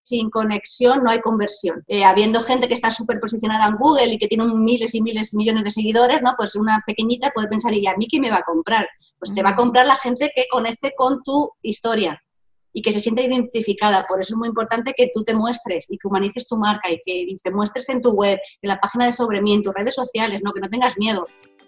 sin conexión no hay conversión. Habiendo gente que está súper posicionada en Google y que tiene miles y miles, millones de seguidores, ¿no? Pues una pequeñita puede pensar, ¿y a mí quién me va a comprar? Pues te va a comprar la gente que conecte con tu historia y que se sienta identificada. Por eso es muy importante que tú te muestres y que humanices tu marca y que te muestres en tu web, en la página de Sobre mí, en tus redes sociales, ¿no? Que no tengas miedo.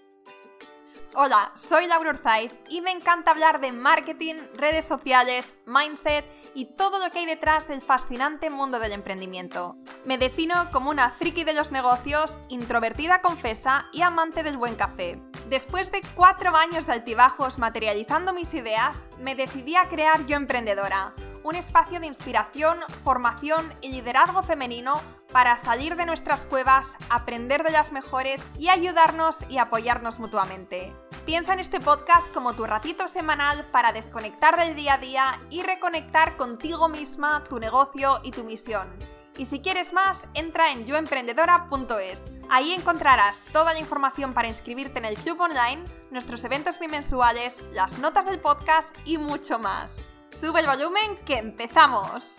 Hola, soy Laura Urzaiz y me encanta hablar de marketing, redes sociales, mindset y todo lo que hay detrás del fascinante mundo del emprendimiento. Me defino como una friki de los negocios, introvertida confesa y amante del buen café. Después de 4 años de altibajos materializando mis ideas, me decidí a crear Yo Emprendedora, un espacio de inspiración, formación y liderazgo femenino para salir de nuestras cuevas, aprender de las mejores y ayudarnos y apoyarnos mutuamente. Piensa en este podcast como tu ratito semanal para desconectar del día a día y reconectar contigo misma, tu negocio y tu misión. Y si quieres más, entra en yoemprendedora.es. Ahí encontrarás toda la información para inscribirte en el club online, nuestros eventos bimensuales, las notas del podcast y mucho más. ¡Sube el volumen que empezamos!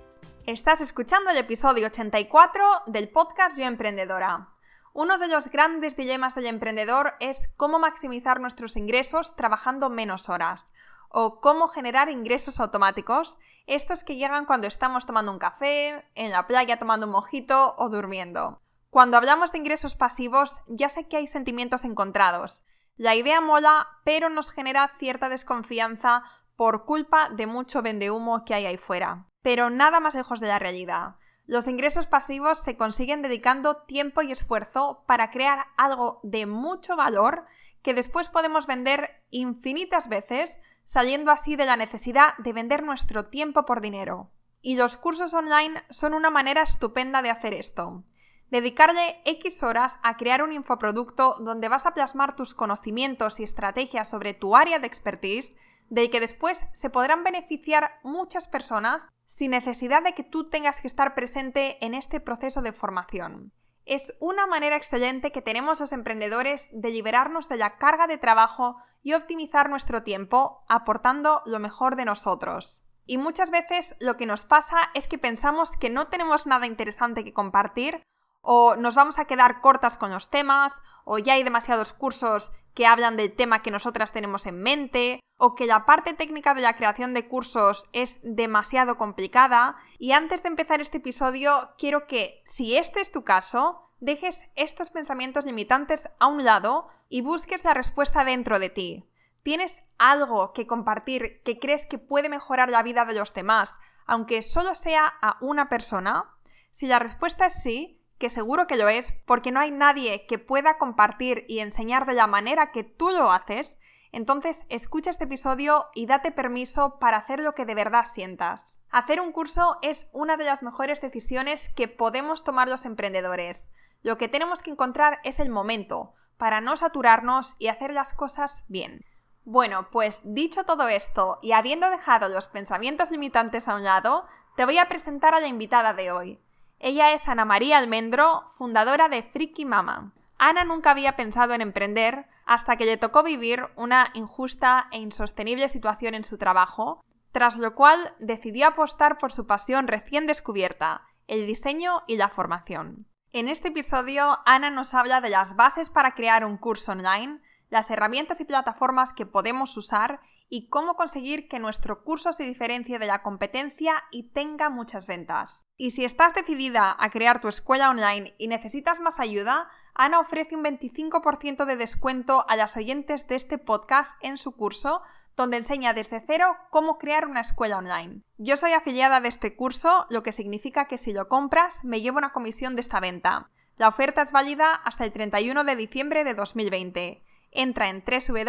Estás escuchando el episodio 84 del podcast Yo Emprendedora. Uno de los grandes dilemas del emprendedor es cómo maximizar nuestros ingresos trabajando menos horas, o cómo generar ingresos automáticos, estos que llegan cuando estamos tomando un café, en la playa tomando un mojito o durmiendo. Cuando hablamos de ingresos pasivos, ya sé que hay sentimientos encontrados. La idea mola, pero nos genera cierta desconfianza por culpa de mucho vendehumo que hay ahí fuera. Pero nada más lejos de la realidad. Los ingresos pasivos se consiguen dedicando tiempo y esfuerzo para crear algo de mucho valor que después podemos vender infinitas veces, saliendo así de la necesidad de vender nuestro tiempo por dinero. Y los cursos online son una manera estupenda de hacer esto. Dedicarle X horas a crear un infoproducto donde vas a plasmar tus conocimientos y estrategias sobre tu área de expertise, del que después se podrán beneficiar muchas personas sin necesidad de que tú tengas que estar presente en este proceso de formación. Es una manera excelente que tenemos los emprendedores de liberarnos de la carga de trabajo y optimizar nuestro tiempo, aportando lo mejor de nosotros. Y muchas veces lo que nos pasa es que pensamos que no tenemos nada interesante que compartir, o nos vamos a quedar cortas con los temas, o ya hay demasiados cursos que hablan del tema que nosotras tenemos en mente, o que la parte técnica de la creación de cursos es demasiado complicada. Y antes de empezar este episodio, quiero que, si este es tu caso, dejes estos pensamientos limitantes a un lado y busques la respuesta dentro de ti. ¿Tienes algo que compartir que crees que puede mejorar la vida de los demás, aunque solo sea a una persona? Si la respuesta es sí, que seguro que lo es, porque no hay nadie que pueda compartir y enseñar de la manera que tú lo haces, entonces escucha este episodio y date permiso para hacer lo que de verdad sientas. Hacer un curso es una de las mejores decisiones que podemos tomar los emprendedores. Lo que tenemos que encontrar es el momento, para no saturarnos y hacer las cosas bien. Bueno, pues dicho todo esto y habiendo dejado los pensamientos limitantes a un lado, te voy a presentar a la invitada de hoy. Ella es Ana María Almendro, fundadora de Friki Mama. Ana nunca había pensado en emprender hasta que le tocó vivir una injusta e insostenible situación en su trabajo, tras lo cual decidió apostar por su pasión recién descubierta, el diseño y la formación. En este episodio, Ana nos habla de las bases para crear un curso online, las herramientas y plataformas que podemos usar y cómo conseguir que nuestro curso se diferencie de la competencia y tenga muchas ventas. Y si estás decidida a crear tu escuela online y necesitas más ayuda, Ana ofrece un 25% de descuento a las oyentes de este podcast en su curso, donde enseña desde cero cómo crear una escuela online. Yo soy afiliada de este curso, lo que significa que si lo compras, me llevo una comisión de esta venta. La oferta es válida hasta el 31 de diciembre de 2020. Entra en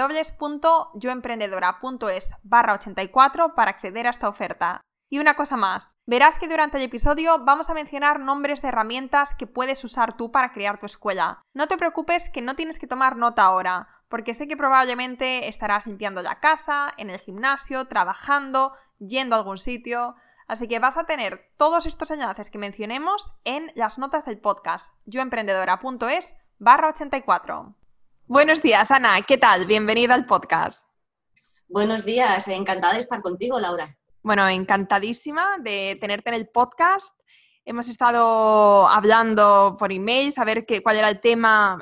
www.yoemprendedora.es/84 para acceder a esta oferta. Y una cosa más, verás que durante el episodio vamos a mencionar nombres de herramientas que puedes usar tú para crear tu escuela. No te preocupes que no tienes que tomar nota ahora, porque sé que probablemente estarás limpiando la casa, en el gimnasio, trabajando, yendo a algún sitio. Así que vas a tener todos estos enlaces que mencionemos en las notas del podcast, yoemprendedora.es/84. Buenos días, Ana. ¿Qué tal? Bienvenida al podcast. Buenos días. Encantada de estar contigo, Laura. Bueno, encantadísima de tenerte en el podcast. Hemos estado hablando por email, saber cuál era el tema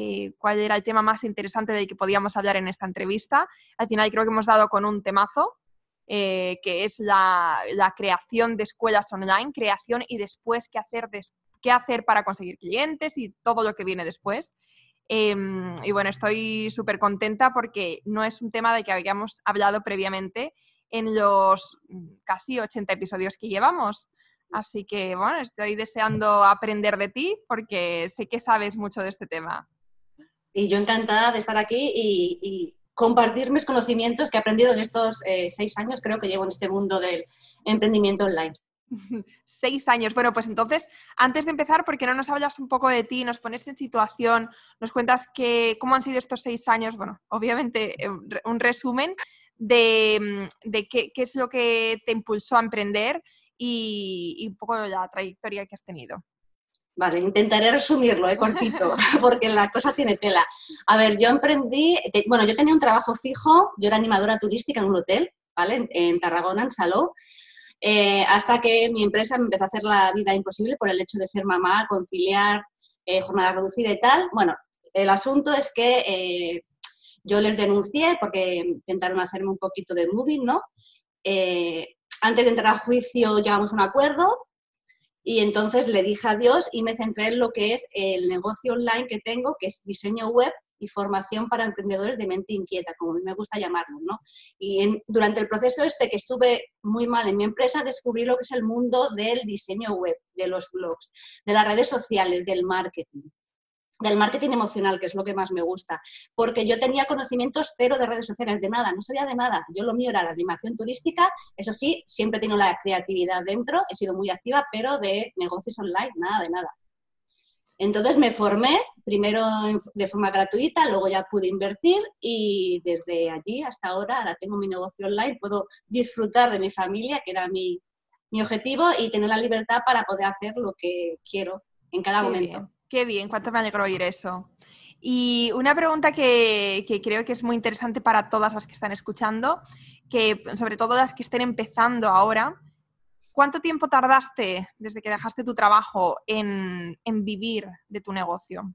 más interesante del que podíamos hablar en esta entrevista. Al final creo que hemos dado con un temazo, que es la creación de escuelas online, creación y después qué hacer para conseguir clientes y todo lo que viene después. Y bueno, estoy súper contenta porque no es un tema del que habíamos hablado previamente en los casi 80 episodios que llevamos. Así que, bueno, estoy deseando aprender de ti porque sé que sabes mucho de este tema. Y yo encantada de estar aquí y compartir mis conocimientos que he aprendido en estos 6 años, creo que llevo en este mundo del emprendimiento online. 6 años. Bueno, pues entonces, antes de empezar, ¿por qué no nos hablas un poco de ti, nos pones en situación, nos cuentas cómo han sido estos 6 años? Bueno, obviamente un resumen de qué es lo que te impulsó a emprender y un poco la trayectoria que has tenido. Vale, intentaré resumirlo, cortito, porque la cosa tiene tela. A ver, yo emprendí, yo tenía un trabajo fijo, yo era animadora turística en un hotel, ¿vale? En Tarragona, en Salou, hasta que mi empresa me empezó a hacer la vida imposible por el hecho de ser mamá, conciliar, jornada reducida y tal. Bueno, el asunto es que yo les denuncié porque intentaron hacerme un poquito de moving, ¿no? Antes de entrar a juicio llegamos a un acuerdo. Y entonces le dije adiós y me centré en lo que es el negocio online que tengo, que es diseño web y formación para emprendedores de mente inquieta, como a mí me gusta llamarlo, ¿no? Y durante el proceso que estuve muy mal en mi empresa, descubrí lo que es el mundo del diseño web, de los blogs, de las redes sociales, del marketing emocional, que es lo que más me gusta, porque yo tenía conocimientos cero de redes sociales, de nada, no sabía de nada. Yo lo mío era la animación turística, eso sí, siempre he tenido la creatividad dentro, he sido muy activa, pero de negocios online, nada de nada. Entonces me formé, primero de forma gratuita, luego ya pude invertir y desde allí hasta ahora tengo mi negocio online, puedo disfrutar de mi familia, que era mi objetivo, y tener la libertad para poder hacer lo que quiero en cada momento. Bien. Qué bien, cuánto me alegro oír eso. Y una pregunta que creo que es muy interesante para todas las que están escuchando, que sobre todo las que estén empezando ahora, ¿cuánto tiempo tardaste desde que dejaste tu trabajo en vivir de tu negocio?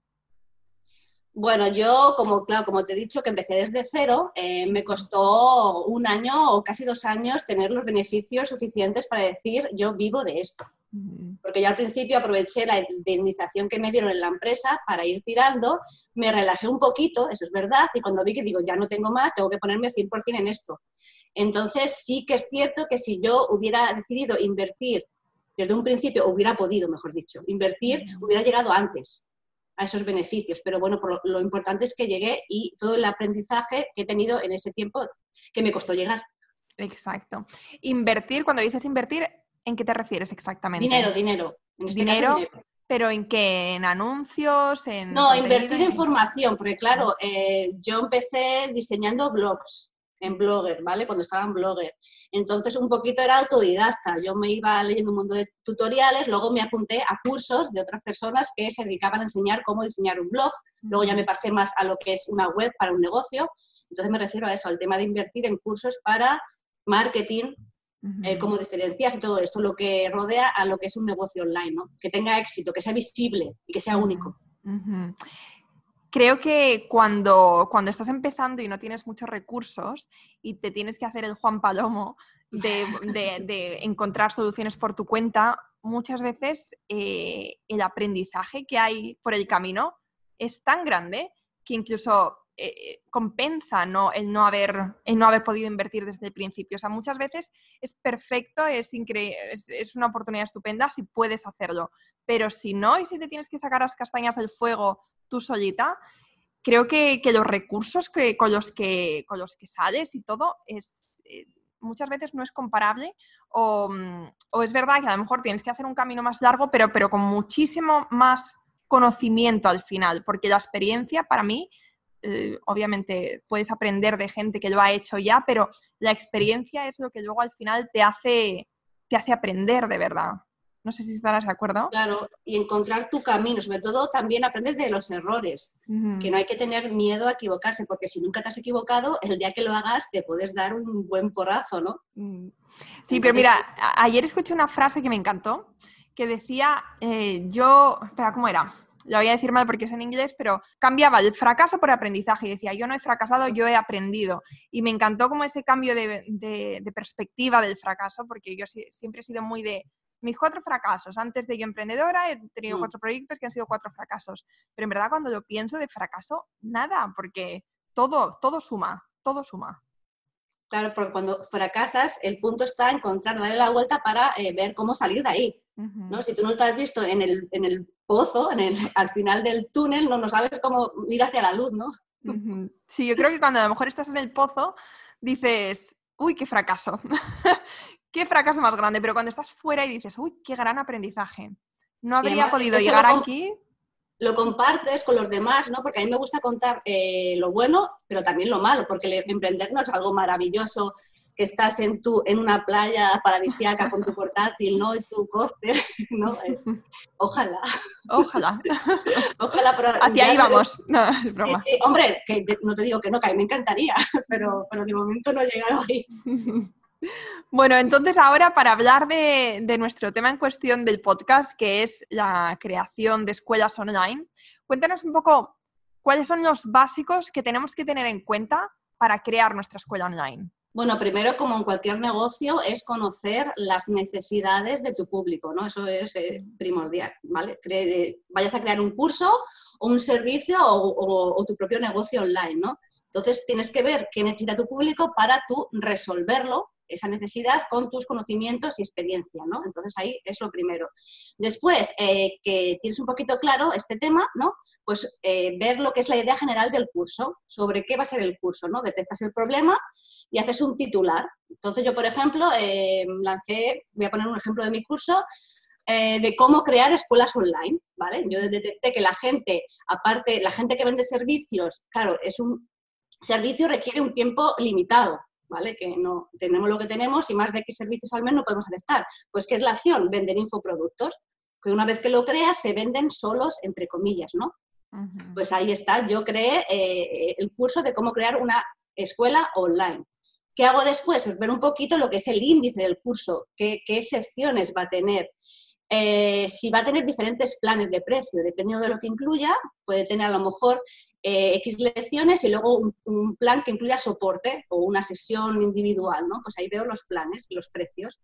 Bueno, yo, como te he dicho, que empecé desde cero, me costó 1 año o casi 2 años tener los beneficios suficientes para decir, yo vivo de esto. Porque yo al principio aproveché la indemnización que me dieron en la empresa para ir tirando, me relajé un poquito, eso es verdad, y cuando vi que digo, ya no tengo más, tengo que ponerme 100% en esto. Entonces sí que es cierto que si yo hubiera decidido invertir desde un principio, hubiera podido, mejor dicho, invertir, hubiera llegado antes a esos beneficios, pero bueno, lo importante es que llegué y todo el aprendizaje que he tenido en ese tiempo que me costó llegar. Exacto. Invertir, cuando dices invertir, ¿en qué te refieres exactamente? Dinero. En este ¿Dinero? caso, dinero. ¿Pero en qué? ¿En anuncios? ¿En No, contenido? invertir en formación, porque claro, yo empecé diseñando blogs, en Blogger, ¿vale? Cuando estaba en Blogger. Entonces, un poquito era autodidacta. Yo me iba leyendo un montón de tutoriales, luego me apunté a cursos de otras personas que se dedicaban a enseñar cómo diseñar un blog. Luego ya me pasé más a lo que es una web para un negocio. Entonces, me refiero a eso, al tema de invertir en cursos para marketing, cómo diferencias y todo esto, lo que rodea a lo que es un negocio online, ¿no? Que tenga éxito, que sea visible y que sea único. Creo que cuando estás empezando y no tienes muchos recursos y te tienes que hacer el Juan Palomo de encontrar soluciones por tu cuenta, muchas veces el aprendizaje que hay por el camino es tan grande que incluso compensa el no haber podido invertir desde el principio. O sea, muchas veces es perfecto, es una oportunidad estupenda si puedes hacerlo, pero si no, y si te tienes que sacar las castañas del fuego tú solita, creo que los recursos con los que sales y todo muchas veces no es comparable o es verdad que a lo mejor tienes que hacer un camino más largo, pero con muchísimo más conocimiento al final, porque la experiencia para mí, obviamente puedes aprender de gente que lo ha hecho ya, pero la experiencia es lo que luego al final te hace aprender de verdad. No sé si estarás de acuerdo. Claro, y encontrar tu camino, sobre todo también aprender de los errores, que no hay que tener miedo a equivocarse, porque si nunca te has equivocado, el día que lo hagas te puedes dar un buen porrazo, ¿no? Sí, pero mira, ayer escuché una frase que me encantó, que decía, espera, ¿cómo era? La voy a decir mal porque es en inglés, pero cambiaba el fracaso por aprendizaje y decía, yo no he fracasado, yo he aprendido. Y me encantó como ese cambio de perspectiva del fracaso, porque yo siempre he sido muy de mis 4 fracasos. Antes de yo emprendedora he tenido 4 proyectos que han sido 4 fracasos. Pero en verdad cuando yo pienso de fracaso, nada, porque todo suma, todo suma. Claro, porque cuando fracasas, el punto está en encontrar, darle la vuelta para ver cómo salir de ahí, ¿no? Si tú no te has visto en el pozo, al final del túnel, no sabes cómo ir hacia la luz, ¿no? Sí, yo creo que cuando a lo mejor estás en el pozo, dices, uy, qué fracaso, qué fracaso más grande, pero cuando estás fuera y dices, uy, qué gran aprendizaje, no habría además, podido llegar aquí. Lo compartes con los demás, ¿no? Porque a mí me gusta contar lo bueno, pero también lo malo, porque emprender no es algo maravilloso, que estás en una playa paradisíaca con tu portátil, ¿no? Y tu cóctel, ¿no? Ojalá. Ojalá. Ojalá, pero hacia ahí vamos. No, es broma. Sí, hombre, que no te digo que no, que a mí me encantaría, pero de momento no he llegado ahí. Bueno, entonces ahora para hablar de nuestro tema en cuestión del podcast, que es la creación de escuelas online, cuéntanos un poco cuáles son los básicos que tenemos que tener en cuenta para crear nuestra escuela online. Bueno, primero, como en cualquier negocio, es conocer las necesidades de tu público, ¿no? Eso es primordial, ¿vale? Vayas a crear un curso o un servicio o tu propio negocio online, ¿no? Entonces, tienes que ver qué necesita tu público para tú resolverlo, esa necesidad, con tus conocimientos y experiencia, ¿no? Entonces, ahí es lo primero. Después, que tienes un poquito claro este tema, ¿no? Pues ver lo que es la idea general del curso, sobre qué va a ser el curso, ¿no? Detectas el problema y haces un titular. Entonces yo, por ejemplo, voy a poner un ejemplo de mi curso, de cómo crear escuelas online, ¿vale? Yo detecté que la gente que vende servicios, claro, servicio requiere un tiempo limitado, ¿vale? Que no tenemos lo que tenemos y más de X servicios al mes no podemos aceptar. Pues, ¿qué es la acción? Vender infoproductos, que una vez que lo creas se venden solos, entre comillas, ¿no? Pues ahí está, yo creé el curso de cómo crear una escuela online. ¿Qué hago después? Es ver un poquito lo que es el índice del curso, qué secciones va a tener, si va a tener diferentes planes de precio, dependiendo de lo que incluya, puede tener a lo mejor X lecciones y luego un plan que incluya soporte o una sesión individual, ¿no? Pues ahí veo los planes y los precios.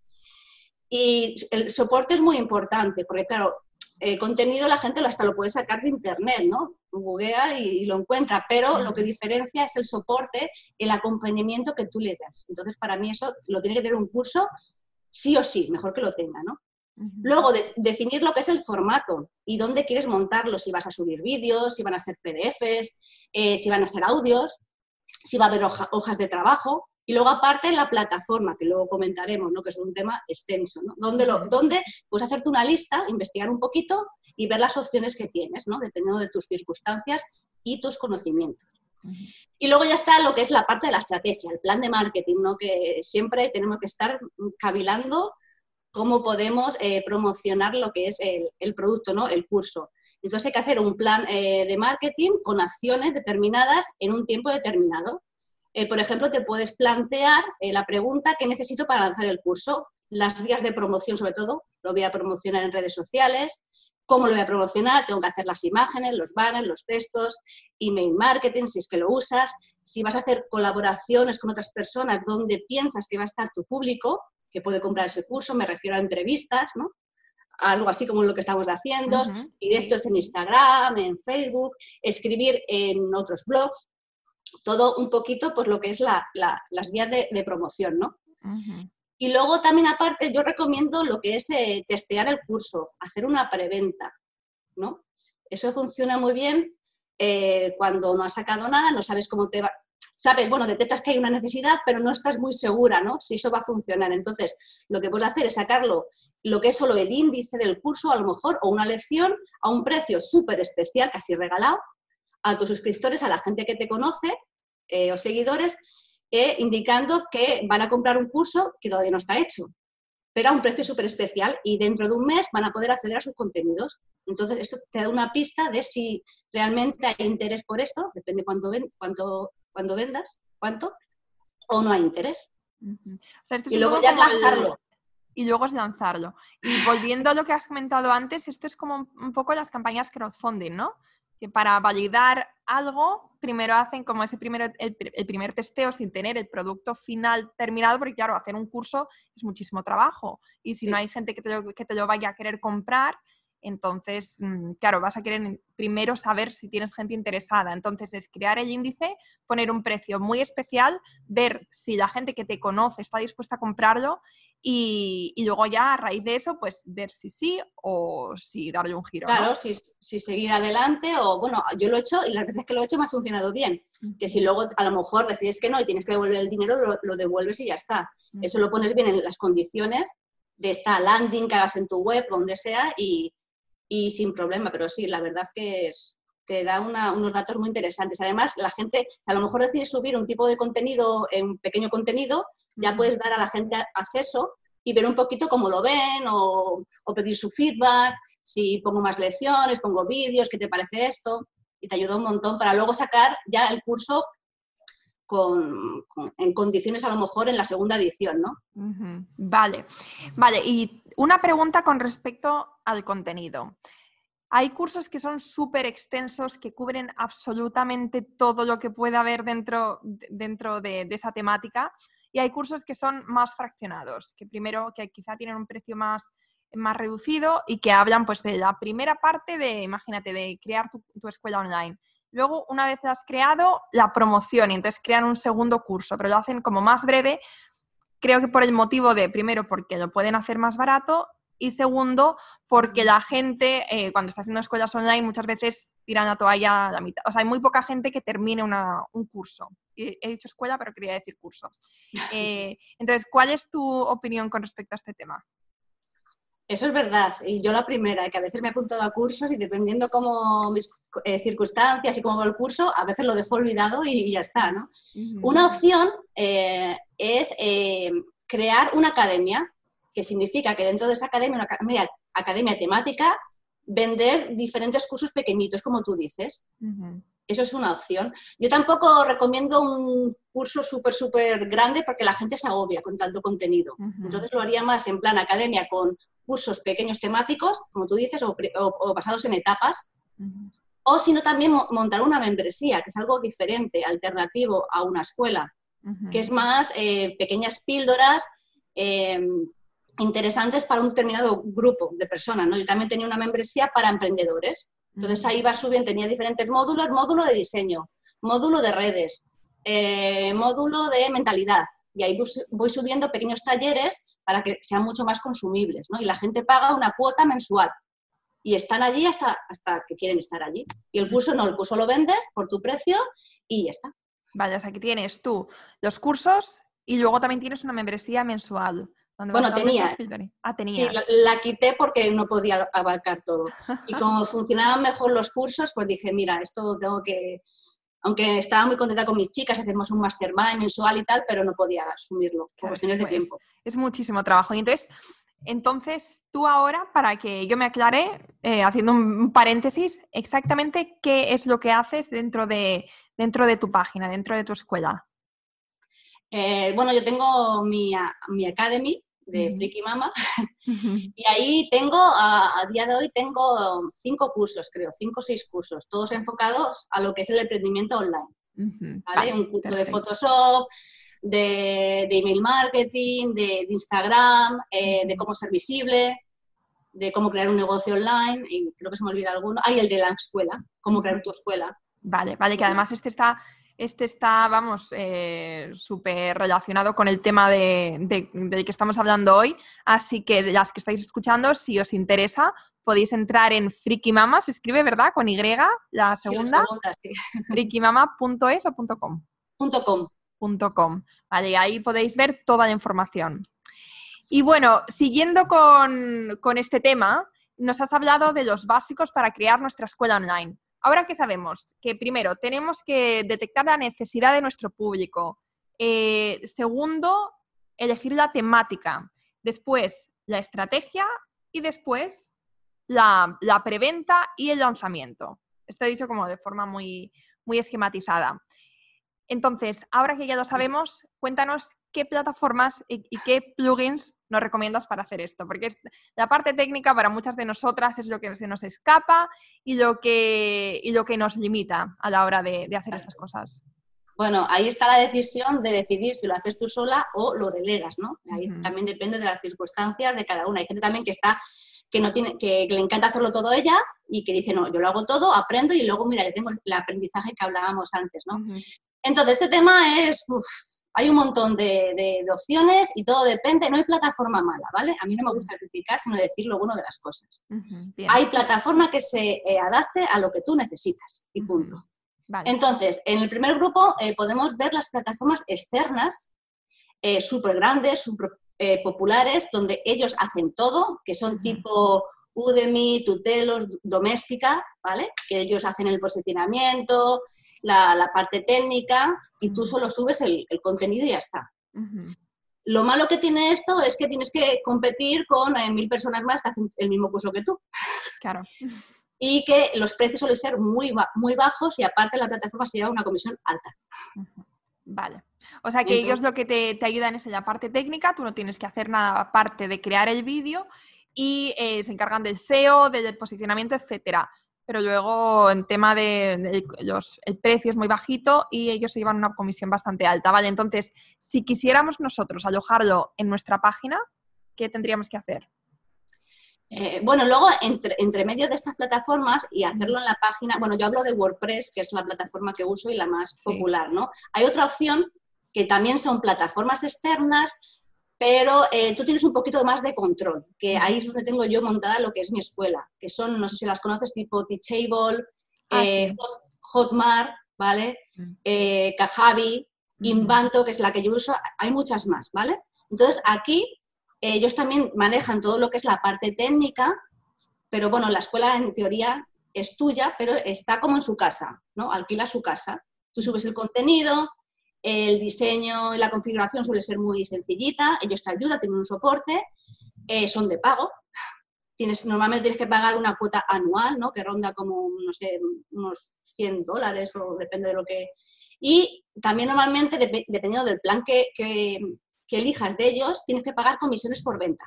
Y el soporte es muy importante, porque claro, contenido la gente hasta lo puede sacar de internet, ¿no? Googlea y lo encuentra, pero lo que diferencia es el soporte, el acompañamiento que tú le das. Entonces, para mí eso lo tiene que tener un curso sí o sí, mejor que lo tenga, ¿no? Luego, definir lo que es el formato y dónde quieres montarlo, si vas a subir vídeos, si van a ser PDFs, si van a ser audios, si va a haber hojas de trabajo. Y luego, aparte, la plataforma, que luego comentaremos, ¿no? Que es un tema extenso, ¿no? Donde puedes hacerte una lista, investigar un poquito y ver las opciones que tienes, ¿no? Dependiendo de tus circunstancias y tus conocimientos. Y luego ya está lo que es la parte de la estrategia, el plan de marketing, ¿no? Que siempre tenemos que estar cavilando cómo podemos promocionar lo que es el producto, ¿no? El curso. Entonces hay que hacer un plan de marketing con acciones determinadas en un tiempo determinado. Por ejemplo, te puedes plantear la pregunta: ¿qué necesito para lanzar el curso? Las vías de promoción, sobre todo, lo voy a promocionar en redes sociales. ¿Cómo lo voy a promocionar? Tengo que hacer las imágenes, los banners, los textos, email marketing, si es que lo usas. Si vas a hacer colaboraciones con otras personas donde piensas que va a estar tu público, que puede comprar ese curso, me refiero a entrevistas, ¿no? Algo así como lo que estamos haciendo, directos en Instagram, en Facebook, escribir en otros blogs, todo un poquito pues lo que es las vías de promoción, ¿no? Y luego también aparte yo recomiendo lo que es testear el curso, hacer una preventa, ¿no? Eso funciona muy bien cuando no has sacado nada, no sabes cómo te va. Sabes, bueno, detectas que hay una necesidad, pero no estás muy segura, ¿no? Si eso va a funcionar. Entonces, lo que puedes hacer es sacarlo, lo que es solo el índice del curso, a lo mejor, o una lección, a un precio súper especial, casi regalado, a tus suscriptores, a la gente que te conoce o seguidores, indicando que van a comprar un curso que todavía no está hecho. pero a un precio súper especial y dentro de un mes van a poder acceder a sus contenidos. Entonces, esto te da una pista de si realmente hay interés por esto, depende cuánto vendas, cuánto, o no hay interés. O sea, esto es Y un luego poco ya como lanzarlo. Y luego es lanzarlo. Y volviendo a lo que has comentado antes, esto es como un poco las campañas crowdfunding, ¿no? Que para validar algo, primero hacen como el primer testeo sin tener el producto final terminado, porque claro, hacer un curso es muchísimo trabajo. Y si no hay gente que te lo vaya a querer comprar, entonces, claro, vas a querer primero saber si tienes gente interesada. Entonces, es crear el índice, poner un precio muy especial, ver si la gente que te conoce está dispuesta a comprarlo y luego ya a raíz de eso, pues ver si sí o si darle un giro, Claro, ¿no? si seguir adelante o, bueno, yo lo he hecho y las veces que lo he hecho me ha funcionado bien. Que si luego a lo mejor decides que no y tienes que devolver el dinero, lo devuelves y ya está. Eso lo pones bien en las condiciones de esta landing que hagas en tu web, donde sea, y sin problema. Pero sí, la verdad que te da unos datos muy interesantes. Además, la gente, a lo mejor decide subir un tipo de contenido, en pequeño contenido, ya puedes dar a la gente acceso y ver un poquito cómo lo ven o pedir su feedback, si pongo más lecciones, pongo vídeos, ¿qué te parece esto? Y te ayuda un montón para luego sacar ya el curso en condiciones a lo mejor en la segunda edición, ¿no? Vale, y una pregunta con respecto al contenido. Hay cursos que son súper extensos, que cubren absolutamente todo lo que pueda haber dentro de esa temática, y hay cursos que son más fraccionados, que quizá tienen un precio más reducido y que hablan pues de la primera parte imagínate, de crear tu escuela online. Luego, una vez lo has creado, la promoción, y entonces crean un segundo curso, pero lo hacen como más breve, creo que por el motivo de, primero, porque lo pueden hacer más barato, y segundo, porque la gente, cuando está haciendo escuelas online, muchas veces tiran la toalla a la mitad. O sea, hay muy poca gente que termine un curso. He dicho escuela, pero quería decir curso. Entonces, ¿cuál es tu opinión con respecto a este tema? Eso es verdad. Y yo la primera, que a veces me he apuntado a cursos y dependiendo cómo mis circunstancias y cómo va el curso, a veces lo dejo olvidado y ya está, ¿no? Una opción es crear una academia, que significa que dentro de esa academia, una academia temática, vender diferentes cursos pequeñitos, como tú dices. Eso es una opción. Yo tampoco recomiendo un curso súper grande porque la gente se agobia con tanto contenido. Entonces lo haría más en plan academia con cursos pequeños temáticos, como tú dices, o basados en etapas. O si no, también montar una membresía, que es algo diferente, alternativo a una escuela, que es más pequeñas píldoras interesantes para un determinado grupo de personas, ¿no? Yo también tenía una membresía para emprendedores. Entonces ahí va subiendo, tenía diferentes módulos, módulo de diseño, módulo de redes, módulo de mentalidad. Y ahí voy subiendo pequeños talleres para que sean mucho más consumibles, ¿no? Y la gente paga una cuota mensual. Y están allí hasta que quieren estar allí. Y el curso no, el curso lo vendes por tu precio y ya está. Vale, o sea, que tienes tú los cursos y luego también tienes una membresía mensual. Bueno, tenía. Tenías. Sí, la quité porque no podía abarcar todo. Y como funcionaban mejor los cursos, pues dije, mira, esto tengo que... Aunque estaba muy contenta con mis chicas, hacemos un mastermind mensual y tal, pero no podía asumirlo por cuestiones de tiempo. Es muchísimo trabajo. Y entonces, tú ahora, para que yo me aclare, haciendo un paréntesis, exactamente qué es lo que haces dentro de tu página, dentro de tu escuela. Bueno, yo tengo mi academy de Friki Mama y ahí tengo, a día de hoy, tengo 5 cursos, creo, 5 o 6 cursos, todos enfocados a lo que es el emprendimiento online. ¿Vale? Un curso de Photoshop, de email marketing, de Instagram, de cómo ser visible, de cómo crear un negocio online, y creo que se me olvida alguno. Y el de la escuela, cómo crear tu escuela. Vale, que además este está, vamos, súper relacionado con el tema del que estamos hablando hoy, así que las que estáis escuchando, si os interesa, podéis entrar en Friki Mama, se escribe, ¿verdad? Con Y, la segunda, sí, la segunda, sí. frikimama.es o .com. .com. Vale, ahí podéis ver toda la información. Y bueno, siguiendo con este tema, nos has hablado de los básicos para crear nuestra escuela online. Ahora que sabemos que primero tenemos que detectar la necesidad de nuestro público. Segundo, elegir la temática. después la estrategia y después la preventa y el lanzamiento. Esto he dicho como de forma muy, muy esquematizada. Entonces, ahora que ya lo sabemos, cuéntanos qué plataformas y qué plugins nos recomiendas para hacer esto, porque la parte técnica para muchas de nosotras es lo que se nos escapa y lo que nos limita a la hora de hacer estas cosas. Bueno, ahí está la decisión de decidir si lo haces tú sola o lo delegas, ¿no? Ahí también depende de las circunstancias de cada una. Hay gente también que le encanta hacerlo todo ella y que dice, no, yo lo hago todo, aprendo y luego, mira, yo tengo el aprendizaje que hablábamos antes, ¿no? Entonces, este tema es... hay un montón de opciones y todo depende, no hay plataforma mala, ¿vale? A mí no me gusta criticar, sino decir lo bueno de las cosas. Hay plataforma que se adapte a lo que tú necesitas y punto. Vale. Entonces, en el primer grupo podemos ver las plataformas externas, súper grandes, súper populares, donde ellos hacen todo, que son tipo Udemy, Tutelos, Doméstica, ¿vale? Que ellos hacen el posicionamiento, la parte técnica y tú solo subes el contenido y ya está. Lo malo que tiene esto es que tienes que competir con 1000 personas más que hacen el mismo curso que tú. Claro. Y que los precios suelen ser muy bajos y aparte la plataforma se lleva una comisión alta. Vale. O sea que ellos lo que te ayudan es en la parte técnica, tú no tienes que hacer nada aparte de crear el vídeo y se encargan del SEO, del posicionamiento, etcétera. Pero luego en tema el precio es muy bajito y ellos se llevan una comisión bastante alta. Vale, entonces, si quisiéramos nosotros alojarlo en nuestra página, ¿qué tendríamos que hacer? Bueno, luego, entre medio de estas plataformas y hacerlo en la página, bueno, yo hablo de WordPress, que es la plataforma que uso y la más popular, ¿no? Hay otra opción que también son plataformas externas, pero tú tienes un poquito más de control, que ahí es donde tengo yo montada lo que es mi escuela, que son, no sé si las conoces, tipo Teachable, Hotmart, ¿vale? Kajabi, Invanto, que es la que yo uso, hay muchas más, ¿vale? Entonces, aquí ellos también manejan todo lo que es la parte técnica, pero bueno, la escuela en teoría es tuya, pero está como en su casa, ¿no? Alquila su casa. Tú subes el contenido, el diseño y la configuración suele ser muy sencillita, ellos te ayudan, tienen un soporte, son de pago. Normalmente tienes que pagar una cuota anual, ¿no? Que ronda como, no sé, unos $100 o depende de lo que... Y también normalmente, dependiendo del plan que elijas de ellos, tienes que pagar comisiones por venta.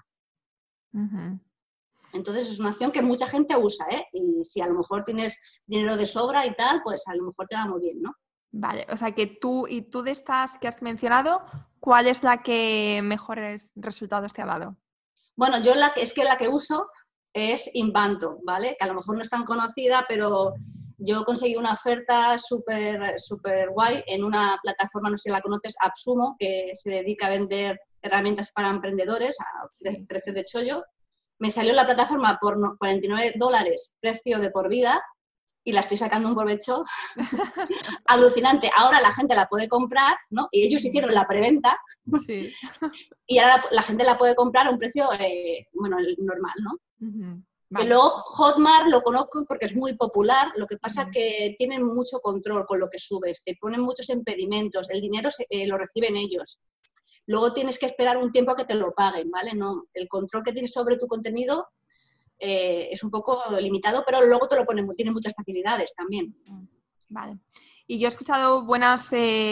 Entonces es una opción que mucha gente usa, ¿eh? Y si a lo mejor tienes dinero de sobra y tal, pues a lo mejor te va muy bien, ¿no? Vale, o sea que tú de estas que has mencionado, ¿cuál es la que mejores resultados te ha dado? Bueno, yo la que uso es Invanto, ¿vale? Que a lo mejor no es tan conocida, pero yo conseguí una oferta súper guay en una plataforma, no sé si la conoces, AppSumo, que se dedica a vender herramientas para emprendedores a precio de chollo. Me salió la plataforma por $49, precio de por vida, y la estoy sacando un provecho alucinante. Ahora la gente la puede comprar, ¿no? Y ellos hicieron la preventa, sí. Y ahora la gente la puede comprar a un precio, normal, ¿no? Vale. Y luego Hotmart lo conozco porque es muy popular, lo que pasa es que tienen mucho control con lo que subes, te ponen muchos impedimentos, el dinero lo reciben ellos. Luego tienes que esperar un tiempo a que te lo paguen, ¿vale? No, el control que tienes sobre tu contenido es un poco limitado, pero luego te lo ponen, tiene muchas facilidades también. Vale. Y yo he escuchado buenas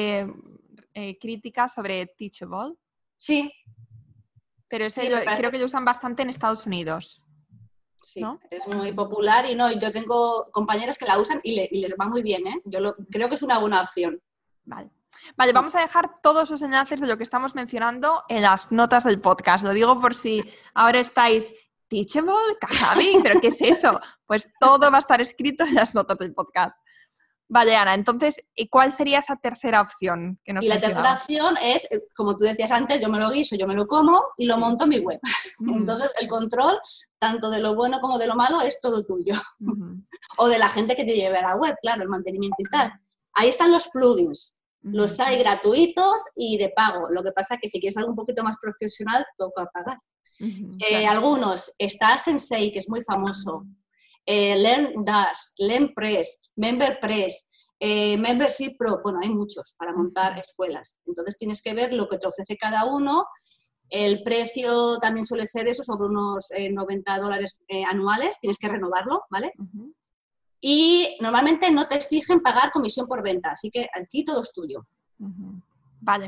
críticas sobre Teachable. Sí. Pero creo que lo usan bastante en Estados Unidos. Sí, ¿no? Es muy popular y yo tengo compañeros que la usan y les va muy bien, ¿eh? Creo que es una buena opción. Vale, vamos a dejar todos los enlaces de lo que estamos mencionando en las notas del podcast. Lo digo por si ahora estáis Teachable, Kajabi, ¿pero qué es eso? Pues todo va a estar escrito en las notas del podcast. Vale, Ana, entonces, ¿cuál sería esa tercera opción que nos mencionabas? La tercera opción es, como tú decías antes, yo me lo guiso, yo me lo como y lo monto en mi web. Entonces, el control, tanto de lo bueno como de lo malo, es todo tuyo. O de la gente que te lleve a la web, claro, el mantenimiento y tal. Ahí están los plugins. Los hay gratuitos y de pago. Lo que pasa es que si quieres algo un poquito más profesional, toca pagar. Claro. Algunos, está Sensei, que es muy famoso. LearnDash, LearnPress, MemberPress, Membership Pro, bueno, hay muchos para montar escuelas. Entonces tienes que ver lo que te ofrece cada uno, El precio también suele ser eso, sobre unos $90 anuales, tienes que renovarlo, ¿vale? Ujú. Y normalmente no te exigen pagar comisión por venta, así que aquí todo es tuyo. Ujú. Vale.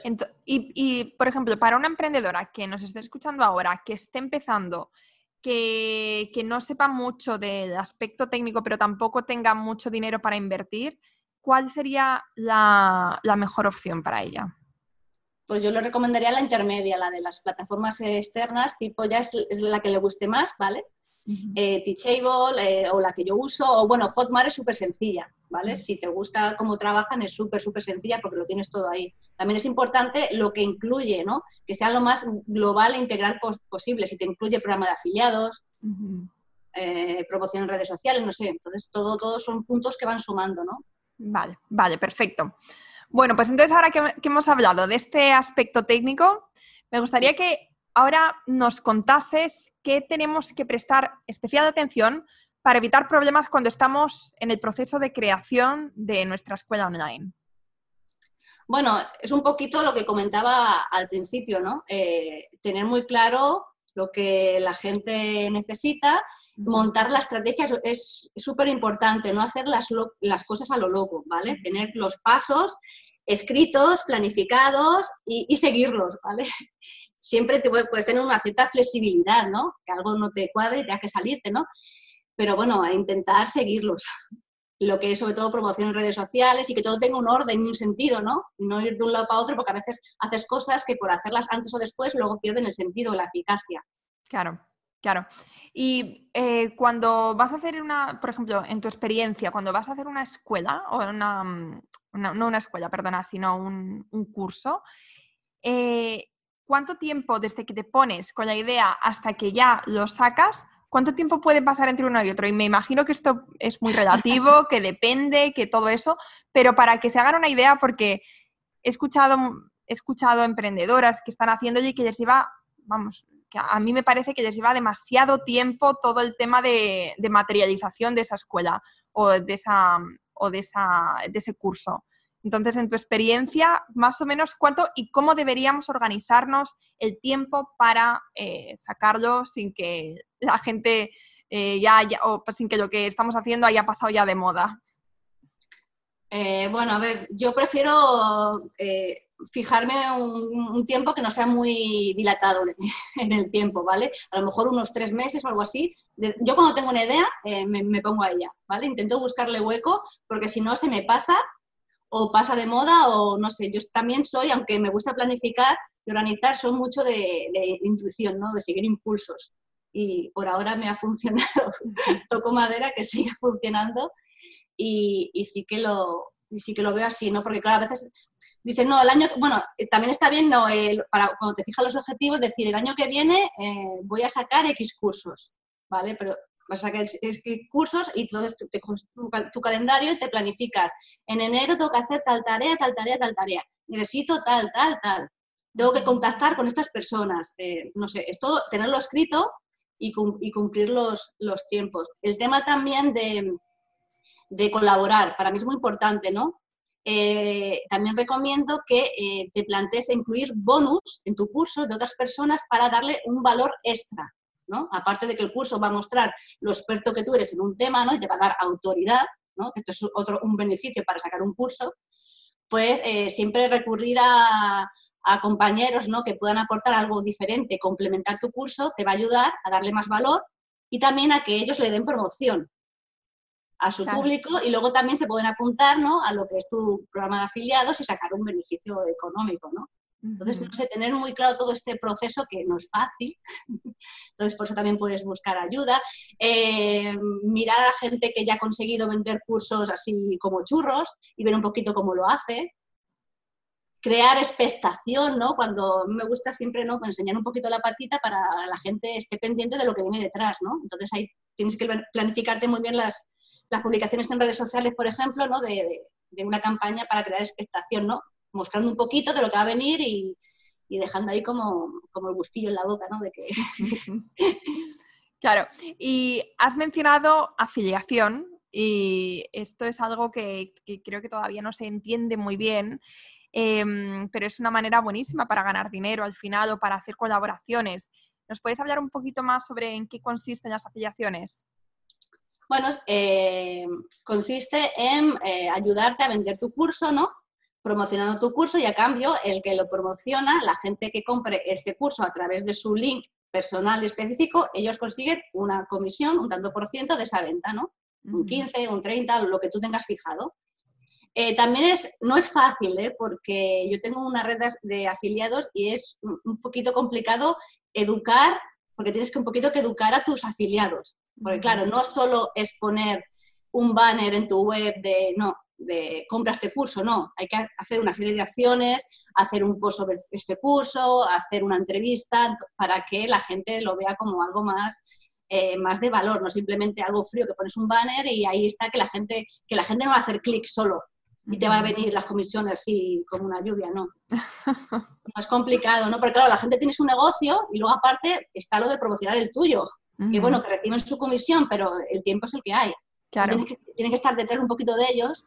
Por ejemplo, para una emprendedora que nos esté escuchando ahora, que esté empezando, que no sepa mucho del aspecto técnico, pero tampoco tenga mucho dinero para invertir, ¿cuál sería la mejor opción para ella? Pues yo le recomendaría la intermedia, la de las plataformas externas, tipo ya es la que le guste más, ¿vale? Ujú. Teachable o la que yo uso, o bueno, Hotmart es súper sencilla, ¿vale? Ujú. Si te gusta cómo trabajan es súper, súper sencilla porque lo tienes todo ahí. También es importante lo que incluye, ¿no? Que sea lo más global e integral posible. Si te incluye programa de afiliados, Ujú. promoción en redes sociales, no sé. Entonces, todo son puntos que van sumando, ¿no? Vale, vale, perfecto. Bueno, pues entonces ahora que hemos hablado de este aspecto técnico, me gustaría que ahora nos contases qué tenemos que prestar especial atención para evitar problemas cuando estamos en el proceso de creación de nuestra escuela online. Bueno, es un poquito lo que comentaba al principio, ¿no? Tener muy claro lo que la gente necesita, montar la estrategia es súper importante, no hacer las cosas a lo loco, ¿vale? Tener los pasos escritos, planificados y seguirlos, ¿vale? Siempre puedes tener una cierta flexibilidad, ¿no? Que algo no te cuadre y tengas que salirte, ¿no? Pero bueno, a intentar seguirlos. Lo que es sobre todo promoción en redes sociales y que todo tenga un orden y un sentido, ¿no? No ir de un lado para otro porque a veces haces cosas que por hacerlas antes o después luego pierden el sentido o la eficacia. Claro, claro. Y cuando vas a hacer por ejemplo, en tu experiencia, cuando vas a hacer una escuela, o no una escuela, perdona, sino un curso, eh, ¿cuánto tiempo desde que te pones con la idea hasta que ya lo sacas? ¿Cuánto tiempo puede pasar entre uno y otro? Y me imagino que esto es muy relativo, que depende, que todo eso, pero para que se hagan una idea, porque he escuchado emprendedoras que están haciéndolo y que les lleva, vamos, que a mí me parece que les lleva demasiado tiempo todo el tema de materialización de esa escuela o de ese curso. Entonces, en tu experiencia, más o menos, ¿cuánto y cómo deberíamos organizarnos el tiempo para sacarlo sin que la gente o sin que lo que estamos haciendo haya pasado ya de moda? Bueno, a ver, yo prefiero fijarme un tiempo que no sea muy dilatado en el tiempo, ¿vale? A lo mejor unos 3 meses o algo así. Yo cuando tengo una idea me pongo a ella, ¿vale? Intento buscarle hueco porque si no se me pasa o pasa de moda o no sé. Yo también soy, aunque me gusta planificar y organizar, soy mucho de intuición, ¿no? De seguir impulsos. Y por ahora me ha funcionado. Toco madera que siga funcionando y sí que lo veo así, ¿no? Porque claro, a veces dicen, no, el año, bueno, también está bien, no, para cuando te fijas los objetivos, decir, el año que viene voy a sacar X cursos, ¿vale? Pero vas a sacar X cursos y entonces te coges tu calendario y te planificas. En enero tengo que hacer tal tarea, tal tarea, tal tarea. Necesito tal, tal, tal. Tengo que contactar con estas personas. No sé, es todo tenerlo escrito y cumplir los tiempos. El tema también de colaborar, para mí es muy importante, ¿no? También recomiendo que te plantees incluir bonus en tu curso de otras personas para darle un valor extra, ¿no? Aparte de que el curso va a mostrar lo experto que tú eres en un tema, ¿no? Y te va a dar autoridad, ¿no? Que esto es un beneficio para sacar un curso, pues siempre recurrir a compañeros, ¿no? Que puedan aportar algo diferente, complementar tu curso, te va a ayudar a darle más valor y también a que ellos le den promoción a su Claro. público y luego también se pueden apuntar, ¿no? A lo que es tu programa de afiliados y sacar un beneficio económico, ¿no? Entonces, no sé, tener muy claro todo este proceso que no es fácil. Entonces, por eso también puedes buscar ayuda. Mirar a gente que ya ha conseguido vender cursos así como churros y ver un poquito cómo lo hace. Crear expectación, ¿no? Cuando me gusta siempre, ¿no? Enseñar un poquito la patita para que la gente esté pendiente de lo que viene detrás, ¿no? Entonces ahí tienes que planificarte muy bien las publicaciones en redes sociales, por ejemplo, ¿no? De una campaña para crear expectación, ¿no? Mostrando un poquito de lo que va a venir y dejando ahí como el gustillo en la boca, ¿no? De que... Claro, y has mencionado afiliación y esto es algo que creo que todavía no se entiende muy bien. pero es una manera buenísima para ganar dinero al final o para hacer colaboraciones. ¿Nos puedes hablar un poquito más sobre en qué consisten las afiliaciones? Bueno, consiste en ayudarte a vender tu curso, ¿no? Promocionando tu curso, y a cambio el que lo promociona, la gente que compre ese curso a través de su link personal y específico, ellos consiguen una comisión, un tanto por ciento de esa venta, ¿no? Un 15, un 30, lo que tú tengas fijado. También no es fácil, porque yo tengo una red de afiliados y es un poquito complicado educar, porque tienes que un poquito que educar a tus afiliados. Porque claro, no solo es poner un banner en tu web de compra este curso, no. Hay que hacer una serie de acciones, hacer un post sobre este curso, hacer una entrevista para que la gente lo vea como algo más de valor, no simplemente algo frío que pones un banner y ahí está que la gente no va a hacer clic solo y te va a venir las comisiones así como una lluvia, ¿no? No es complicado, ¿no? Porque claro, la gente tiene su negocio y luego aparte está lo de promocionar el tuyo. Que bueno, que reciben su comisión, pero el tiempo es el que hay. Claro. Tienen que estar detrás un poquito de ellos.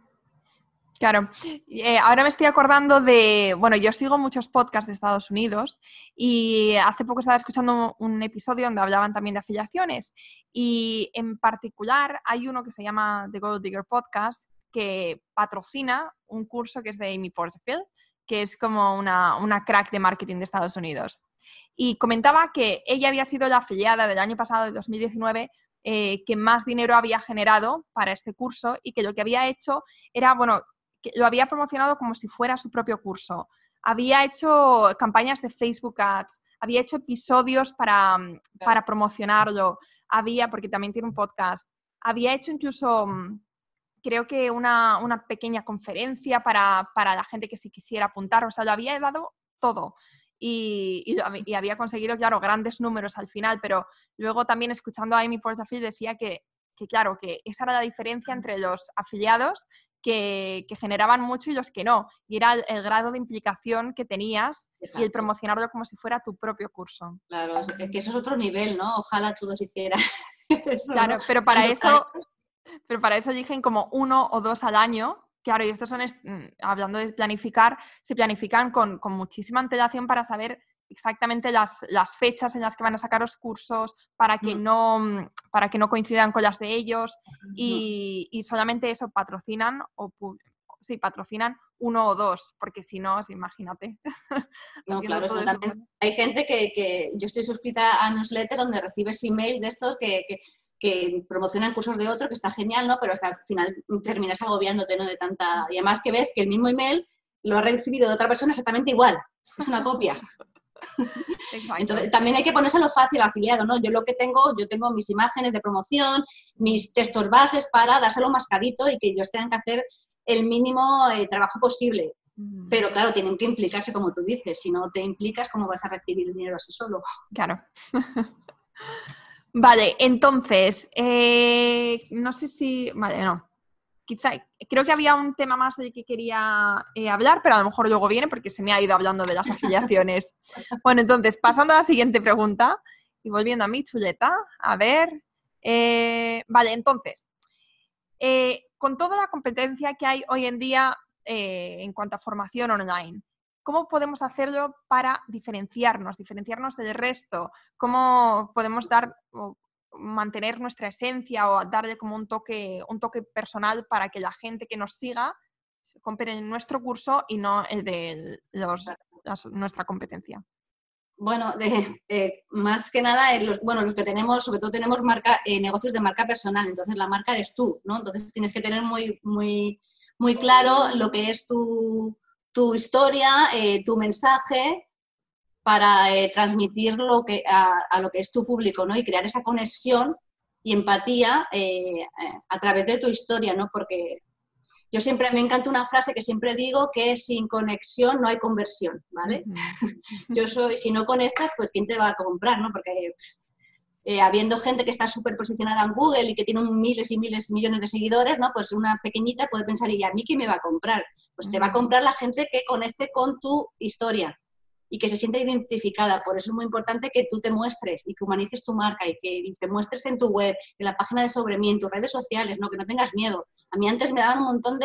Claro. Ahora me estoy acordando de... Bueno, yo sigo muchos podcasts de Estados Unidos y hace poco estaba escuchando un episodio donde hablaban también de afiliaciones y en particular hay uno que se llama The Gold Digger Podcast que patrocina un curso que es de Amy Porterfield, que es como una crack de marketing de Estados Unidos. Y comentaba que ella había sido la afiliada del año pasado, de 2019, que más dinero había generado para este curso y que lo que había hecho era, bueno, que lo había promocionado como si fuera su propio curso. Había hecho campañas de Facebook Ads, había hecho episodios para promocionarlo, porque también tiene un podcast, había hecho incluso... creo que una pequeña conferencia para la gente que sí quisiera apuntar, o sea, lo había dado todo y había conseguido, claro, grandes números al final, pero luego también escuchando a Amy Porterfield decía que claro, que esa era la diferencia entre los afiliados que generaban mucho y los que no, y era el grado de implicación que tenías. Exacto. Y el promocionarlo como si fuera tu propio curso. Claro, es que eso es otro nivel, ¿no? Ojalá todos hicieran eso, claro, ¿no? pero para eso eligen como 1 o 2 al año. Claro, y estos son, hablando de planificar, se planifican con muchísima antelación para saber exactamente las fechas en las que van a sacar los cursos, para que no coincidan con las de ellos y solamente eso patrocinan patrocinan 1 o 2, porque si no, imagínate. No, claro, también hay gente que yo estoy suscrita a newsletter donde recibes email de estos que promocionan cursos de otro, que está genial, ¿no? Pero es que al final terminas agobiándote, ¿no? De tanta... Y además que ves que el mismo email lo ha recibido de otra persona exactamente igual. Es una copia. Entonces, también hay que ponérselo fácil al afiliado, ¿no? Yo tengo mis imágenes de promoción, mis textos bases para dárselo mascadito y que ellos tengan que hacer el mínimo trabajo posible. Pero claro, tienen que implicarse, como tú dices. Si no te implicas, ¿cómo vas a recibir el dinero así solo? Claro. Vale, entonces, no sé si... Vale, no. Quizá, creo que había un tema más del que quería hablar, pero a lo mejor luego viene porque se me ha ido hablando de las afiliaciones. Bueno, entonces, pasando a la siguiente pregunta y volviendo a mi chuleta, a ver... vale, entonces, con toda la competencia que hay hoy en día en cuanto a formación online, ¿cómo podemos hacerlo para diferenciarnos del resto? ¿Cómo podemos mantener nuestra esencia o darle como un toque personal para que la gente que nos siga compre en nuestro curso y no el de nuestra competencia? Bueno, más que nada, los que tenemos, sobre todo tenemos negocios de marca personal, entonces la marca eres tú, ¿no? Entonces tienes que tener muy, muy, muy claro lo que es tu historia, tu mensaje, para transmitir a lo que es tu público, ¿no? Y crear esa conexión y empatía a través de tu historia, ¿no? Porque yo me encanta una frase que siempre digo, que es: sin conexión no hay conversión, ¿vale? Si no conectas, pues ¿quién te va a comprar, no? Porque habiendo gente que está súper posicionada en Google y que tiene miles y miles, millones de seguidores, ¿no? Pues una pequeñita puede pensar: ¿y a mí quién me va a comprar? Pues te va a comprar la gente que conecte con tu historia y que se sienta identificada. Por eso es muy importante que tú te muestres y que humanices tu marca y que te muestres en tu web, en la página de Sobre mí, en tus redes sociales, ¿no? Que no tengas miedo. A mí antes me daban un montón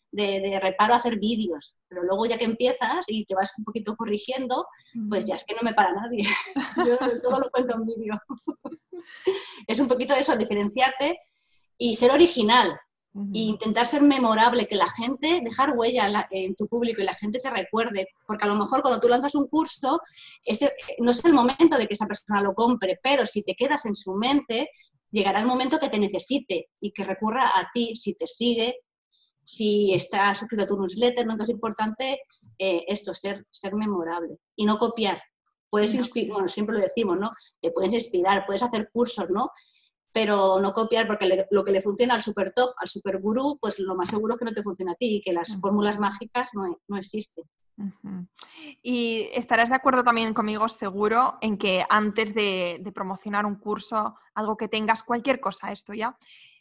de reparo a hacer vídeos, pero luego ya que empiezas y te vas un poquito corrigiendo, pues ya es que no me para nadie. Yo todo lo cuento en vídeo. Es un poquito eso, diferenciarte y ser original. E intentar ser memorable, que la gente, dejar huella en tu público y la gente te recuerde, porque a lo mejor cuando tú lanzas un curso, no es el momento de que esa persona lo compre, pero si te quedas en su mente, llegará el momento que te necesite y que recurra a ti, si te sigue, si está suscrito a tu newsletter, ¿no? Entonces es importante ser memorable y no copiar. Puedes inspirar, bueno, siempre lo decimos, ¿no? Te puedes inspirar, puedes hacer cursos, ¿no? Pero no copiar, porque lo que le funciona al super top, al super gurú, pues lo más seguro es que no te funciona a ti y que las fórmulas mágicas no existen. Y estarás de acuerdo también conmigo, seguro, en que antes de promocionar un curso, algo que tengas, cualquier cosa, esto ya,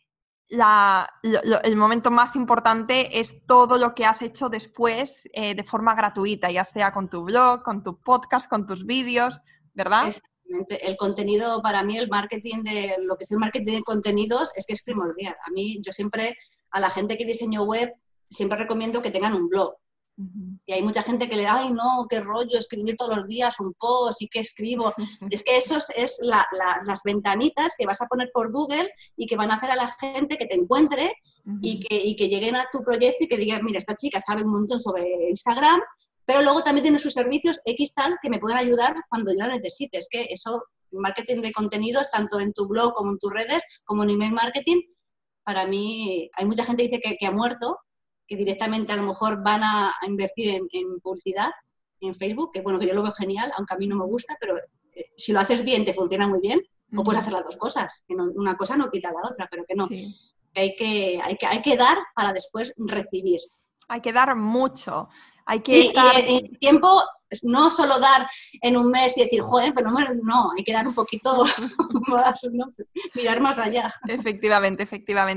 el momento más importante es todo lo que has hecho después de forma gratuita, ya sea con tu blog, con tu podcast, con tus vídeos, ¿verdad? El contenido, para mí, el marketing lo que es el marketing de contenidos es que es primordial. A mí, yo siempre, a la gente que diseño web, siempre recomiendo que tengan un blog. Y hay mucha gente que le da, ay no, qué rollo, escribir todos los días un post y qué escribo. Es que eso es las ventanitas que vas a poner por Google y que van a hacer a la gente que te encuentre y que lleguen a tu proyecto y que digan, mira, esta chica sabe un montón sobre Instagram, pero luego también tiene sus servicios X tal que me pueden ayudar cuando yo la necesite. Es que eso, marketing de contenidos, tanto en tu blog como en tus redes, como en email marketing, para mí, hay mucha gente que dice que ha muerto, que directamente a lo mejor van a invertir en publicidad, en Facebook, que bueno, que yo lo veo genial, aunque a mí no me gusta, pero si lo haces bien, te funciona muy bien, o puedes hacer las dos cosas, que una cosa no quita la otra, pero que no. Sí. Que hay que dar para después recibir. Hay que dar mucho. Hay que estar... y el tiempo, no solo dar en un mes y decir, joder, pero no, hay que dar un poquito más, ¿no? Mirar más allá. Efectivamente.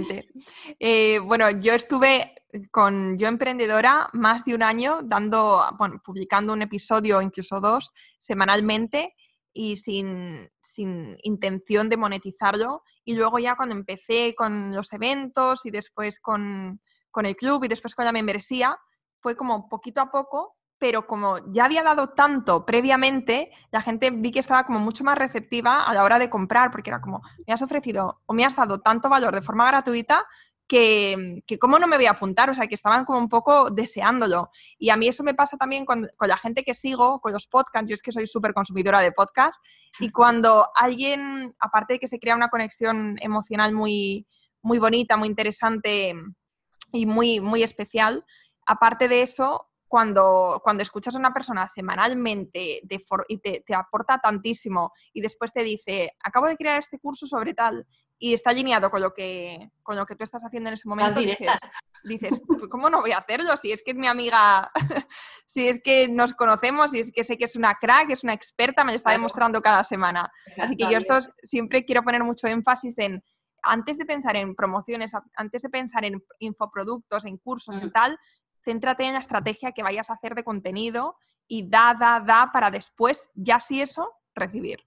Bueno, yo estuve con Yo Emprendedora más de un año publicando un episodio, incluso 2, semanalmente y sin intención de monetizarlo. Y luego ya cuando empecé con los eventos y después con el club y después con la membresía, fue como poquito a poco, pero como ya había dado tanto previamente, la gente vi que estaba como mucho más receptiva a la hora de comprar, porque era como, me has ofrecido o me has dado tanto valor de forma gratuita que cómo no me voy a apuntar, o sea, que estaban como un poco deseándolo. Y a mí eso me pasa también con la gente que sigo, con los podcasts. Yo es que soy súper consumidora de podcasts, y cuando alguien, aparte de que se crea una conexión emocional muy, muy bonita, muy interesante y muy, muy especial, aparte de eso, cuando escuchas a una persona semanalmente y te aporta tantísimo y después te dice, acabo de crear este curso sobre tal, y está alineado con lo que tú estás haciendo en ese momento, dices, ¿cómo no voy a hacerlo? Si es que es mi amiga, si es que nos conocemos, si es que sé que es una crack, es una experta, me lo está demostrando cada semana. Así que yo siempre quiero poner mucho énfasis en, antes de pensar en promociones, antes de pensar en infoproductos, en cursos, en tal, céntrate en la estrategia que vayas a hacer de contenido y da para después, ya si eso, recibir.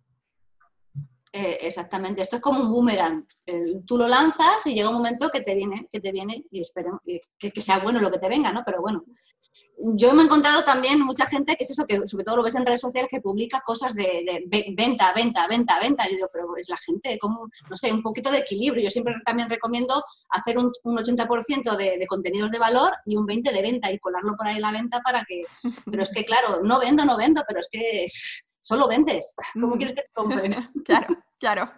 Exactamente, esto es como un boomerang. Tú lo lanzas y llega un momento que te viene y esperemos que sea bueno lo que te venga, ¿no? Pero bueno, yo me he encontrado también mucha gente que es eso, que sobre todo lo ves en redes sociales, que publica cosas de venta. Yo digo, pero es la gente, como, no sé, un poquito de equilibrio. Yo siempre también recomiendo hacer un 80% de contenidos de valor y un 20% de venta y colarlo por ahí en la venta para que... Pero es que, claro, no vendo, pero es que solo vendes. ¿Cómo quieres que te compren? Claro.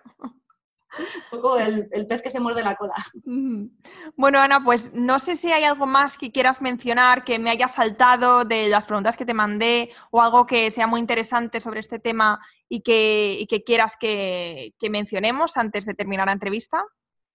Un poco el pez que se muerde la cola. Bueno, Ana, pues no sé si hay algo más que quieras mencionar, que me haya saltado de las preguntas que te mandé, o algo que sea muy interesante sobre este tema y que quieras que mencionemos antes de terminar la entrevista.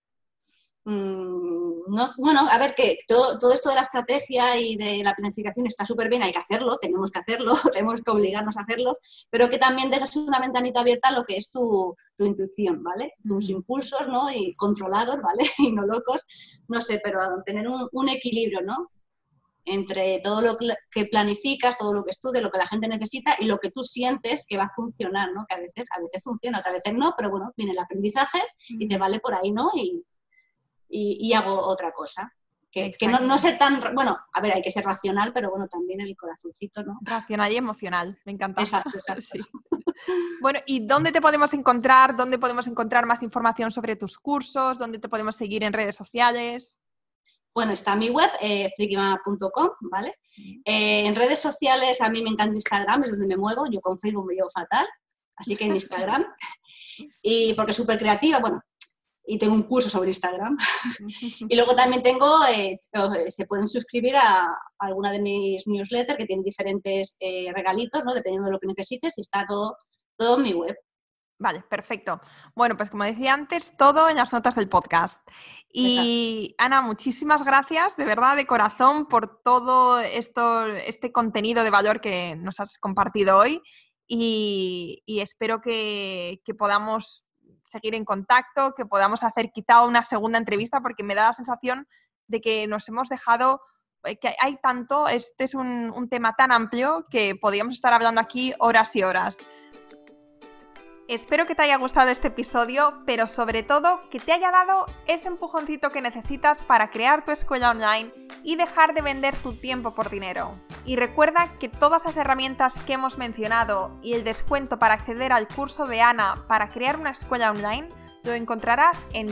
No, bueno, a ver, que todo esto de la estrategia y de la planificación está súper bien, hay que hacerlo, tenemos que hacerlo, tenemos que obligarnos a hacerlo, pero que también dejes una ventanita abierta a lo que es tu intuición, ¿vale? Tus impulsos, ¿no? Y controlados, ¿vale? Y no locos, no sé, pero tener un equilibrio, ¿no? Entre todo lo que planificas, todo lo que estudias, lo que la gente necesita y lo que tú sientes que va a funcionar, ¿no? Que a veces funciona, otras veces no, pero bueno, viene el aprendizaje y te vale por ahí, ¿no? Y hago otra cosa. Que no ser tan, bueno, a ver, hay que ser racional, pero bueno, también el corazoncito, ¿no? Racional y emocional, me encanta. Exacto. Sí. Bueno, ¿y dónde te podemos encontrar? ¿Dónde podemos encontrar más información sobre tus cursos? ¿Dónde te podemos seguir en redes sociales? Bueno, está mi web, frikimama.com, ¿vale? En redes sociales a mí me encanta Instagram, es donde me muevo, yo con Facebook me llevo fatal, así que en Instagram, y porque es súper creativa, bueno, y tengo un curso sobre Instagram. Y luego también tengo, se pueden suscribir a alguna de mis newsletters que tienen diferentes regalitos, ¿no? Dependiendo de lo que necesites, y está todo en mi web. Vale, perfecto. Bueno, pues como decía antes, todo en las notas del podcast. Y exacto. Ana, muchísimas gracias, de verdad, de corazón, por todo este contenido de valor que nos has compartido hoy. Y espero que podamos seguir en contacto, que podamos hacer quizá una segunda entrevista, porque me da la sensación de que nos hemos dejado, que hay tanto, este es un tema tan amplio que podríamos estar hablando aquí horas y horas. Espero que te haya gustado este episodio, pero sobre todo que te haya dado ese empujoncito que necesitas para crear tu escuela online y dejar de vender tu tiempo por dinero. Y recuerda que todas las herramientas que hemos mencionado y el descuento para acceder al curso de Ana para crear una escuela online lo encontrarás en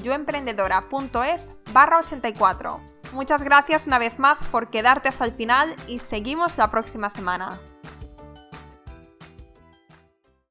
yoemprendedora.es/84. Muchas gracias una vez más por quedarte hasta el final y seguimos la próxima semana.